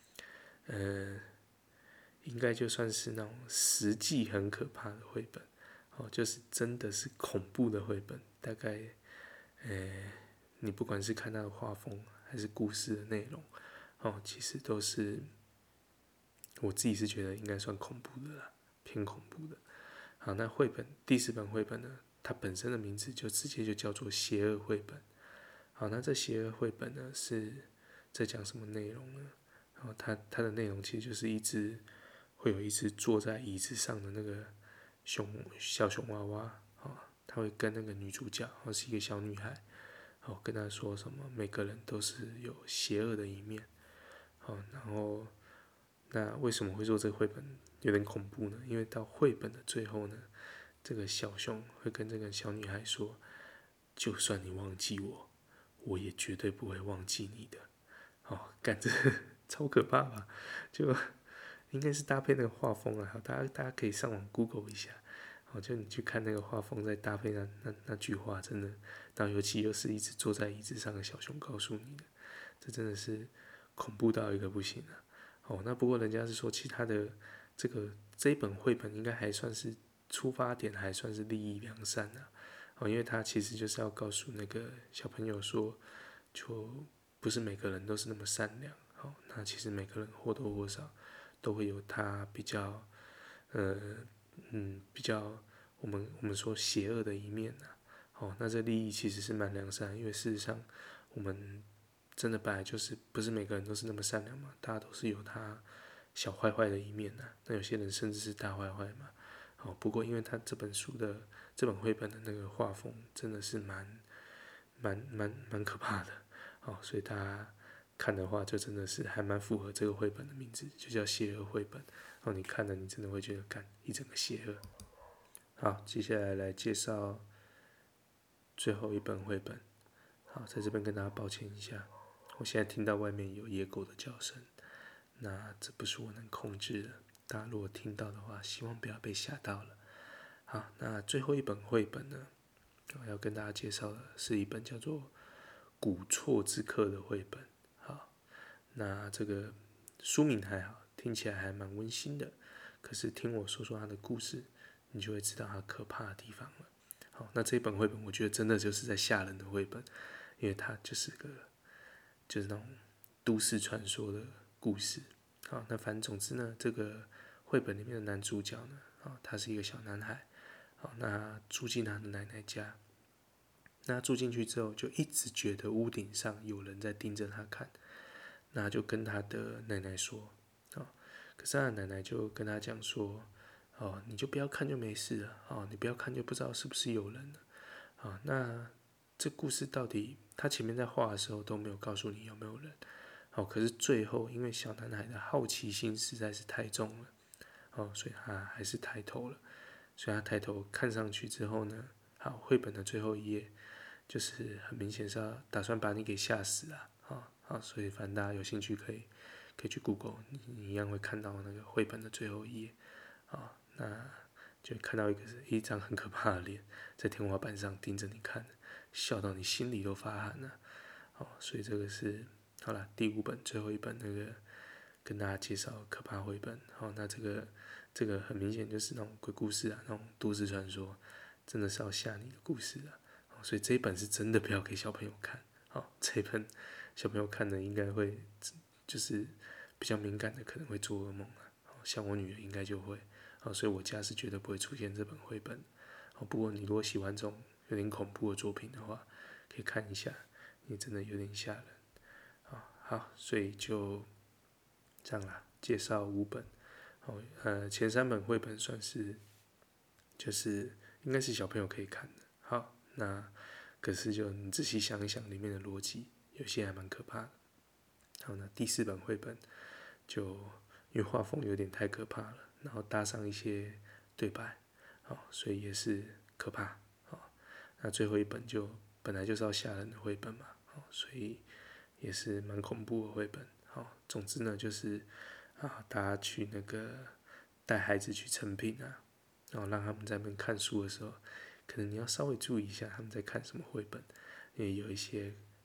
应该就算是那种实际很可怕的绘本，就是真的是恐怖的绘本。大概你不管是看它的画风还是故事的内容，其实都是我自己是觉得应该算恐怖的啦，偏恐怖的。好，那第4本绘本呢，它本身的名字就直接就叫做邪恶绘本。好，那这邪恶绘本呢是在讲什么内容呢？它的内容其实就是会有一只坐在椅子上的那个小熊娃娃，它会跟那个女主角，是一个小女孩，跟她说什么每个人都是有邪恶的一面，然后那为什么会做这个绘本有点恐怖呢？因为到绘本的最后呢，这个小熊会跟这个小女孩说，就算你忘记我，我也绝对不会忘记你的。干这超可怕吧？就应该是搭配那个画风啊，大家可以上网 Google 一下，就你去看那个画风，再搭配那句话，真的，然后尤其又是一直坐在椅子上的小熊告诉你的，这真的是恐怖到一个不行啊！那不过人家是说，其他的这一本绘本应该还算是出发点还算是利益良善啊，因为它其实就是要告诉那个小朋友说，就不是每个人都是那么善良，那其实每个人或多或少都会有他比较比较我们说邪恶的一面啊，那这利益其实是蛮良善，因为事实上我们真的本来就是不是每个人都是那么善良嘛，大家都是有他小坏坏的一面的，那有些人甚至是大坏坏嘛。不过因为他这本绘本的那个画风真的是蛮可怕的，所以大家看的话就真的是还蛮符合这个绘本的名字，就叫邪恶绘本。你看了你真的会觉得干一整个邪恶。好，接下来介绍最后一本绘本。好，在这边跟大家抱歉一下，我现在听到外面有野狗的叫声，那这不是我能控制的。大家如果听到的话，希望不要被吓到了。好，那最后一本绘本呢，我要跟大家介绍的是一本叫做《古错之客》的绘本。好，那这个书名还好，听起来还蛮温馨的，可是听我说说它的故事，你就会知道它可怕的地方了。好，那这本绘本我觉得真的就是在吓人的绘本，因为它就是那种都市传说的故事。好，那反正总之呢，这个绘本里面的男主角呢，他是一个小男孩，那住进他的奶奶家，那住进去之后就一直觉得屋顶上有人在盯着他看，那就跟他的奶奶说，可是他的奶奶就跟他讲说，你就不要看就没事了，你不要看就不知道是不是有人了，那这故事到底他前面在画的时候都没有告诉你有没有人，可是最后因为小男孩的好奇心实在是太重了，所以他还是抬头了，所以他抬头看上去之后呢，好，绘本的最后一页就是很明显是要打算把你给吓死啊，好，所以反正大家有兴趣可以去 Google， 你一样会看到那个绘本的最后一页，那就看到一张很可怕的脸在天花板上盯着你看，笑到你心里都发寒了，所以这个是好了第5本最后一本那个跟大家介绍可怕绘本，那这个很明显就是那种鬼故事啊，那种都市传说，真的是要吓你的故事啊，所以这一本是真的不要给小朋友看，这一本小朋友看的应该会就是比较敏感的可能会做噩梦啊，像我女儿应该就会，所以我家是绝对不会出现这本绘本，不过你如果喜欢这种有点恐怖的作品的话，可以看一下，也真的有点吓人，好，所以就这样啦，介绍5本，前3本绘本算是就是应该是小朋友可以看的，好，那可是就你仔细想一想里面的逻辑，有些还蛮可怕的。好，那第4本绘本就因为画风有点太可怕了，然后搭上一些对白，所以也是可怕。那最后一本就本来就是要吓人的绘本嘛，所以也是蛮恐怖的绘本。总之呢，就是大家去那个带孩子去成品啊，然后让他们在那边看书的时候，可能你要稍微注意一下他们在看什么绘本，因为有一些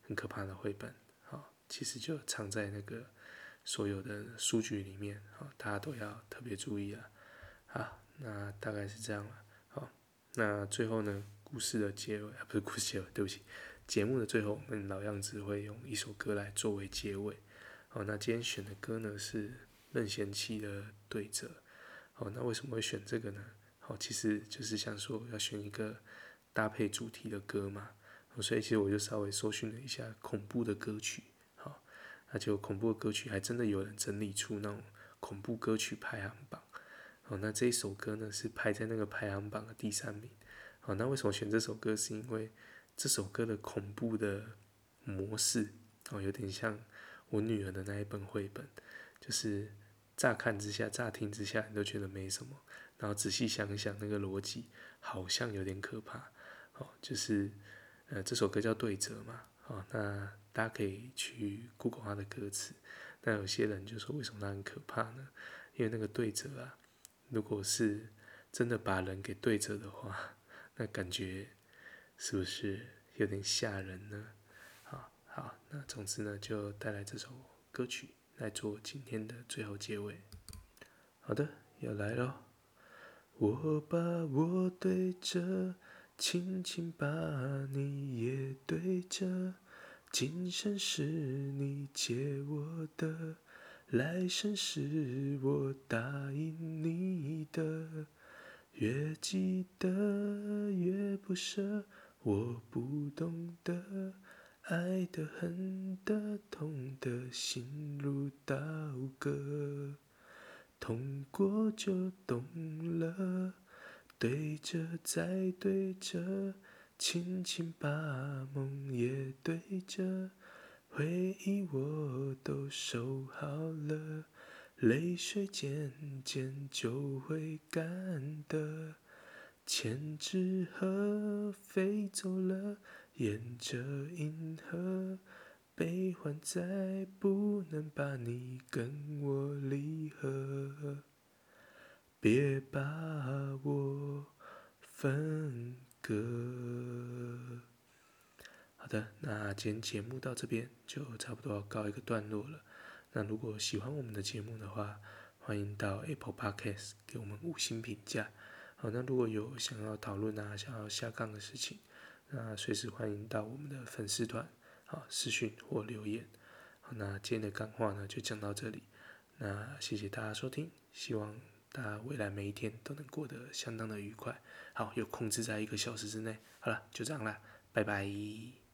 很可怕的绘本，其实就藏在那个所有的书局里面，大家都要特别注意啊。好，那大概是这样了。好，那最后呢，故事的结尾不是故事结尾，对不起，节目的最后，我们老样子会用一首歌来作为结尾。好，那今天选的歌呢是任贤齐的《对折》。好，那为什么会选这个呢？好，其实就是想说要选一个搭配主题的歌嘛。所以其实我就稍微搜寻了一下恐怖的歌曲。好，那就恐怖的歌曲还真的有人整理出那种恐怖歌曲排行榜。好，那这一首歌呢是排在那个排行榜的第3名。好，那为什么选这首歌？是因为这首歌的恐怖的模式，有点像我女儿的那一本绘本，就是乍看之下、乍听之下，你都觉得没什么，然后仔细想一想，那个逻辑好像有点可怕。就是这首歌叫对折嘛，那大家可以去 Google 它的歌词。那有些人就说为什么它很可怕呢？因为那个对折啊，如果是真的把人给对折的话，那感觉是不是有点吓人呢？好，那总之呢，就带来这首歌曲来做今天的最后结尾。好的，要来咯。我把我对着，轻轻把你也对着，今生是你借我的，来生是我答应你的，越记得越不舍，我不懂得，爱得恨得痛的心如刀割，痛过就懂了，对着再对着，轻轻把梦也对着，回忆我都收好了，泪水渐渐就会干的，千纸鹤飞走了，沿着银河，悲欢再不能把你跟我离合，别把我分割。好的，那今天节目到这边就差不多要告一个段落了。那如果喜欢我们的节目的话，欢迎到 Apple Podcast 给我们5星评价。好，那如果有想要讨论想要下杠的事情，那随时欢迎到我们的粉丝团私讯或留言。好，那今天的干话呢就讲到这里。那谢谢大家收听，希望大家未来每一天都能过得相当的愉快。好，有控制在1个小时之内。好了，就这样啦，拜拜。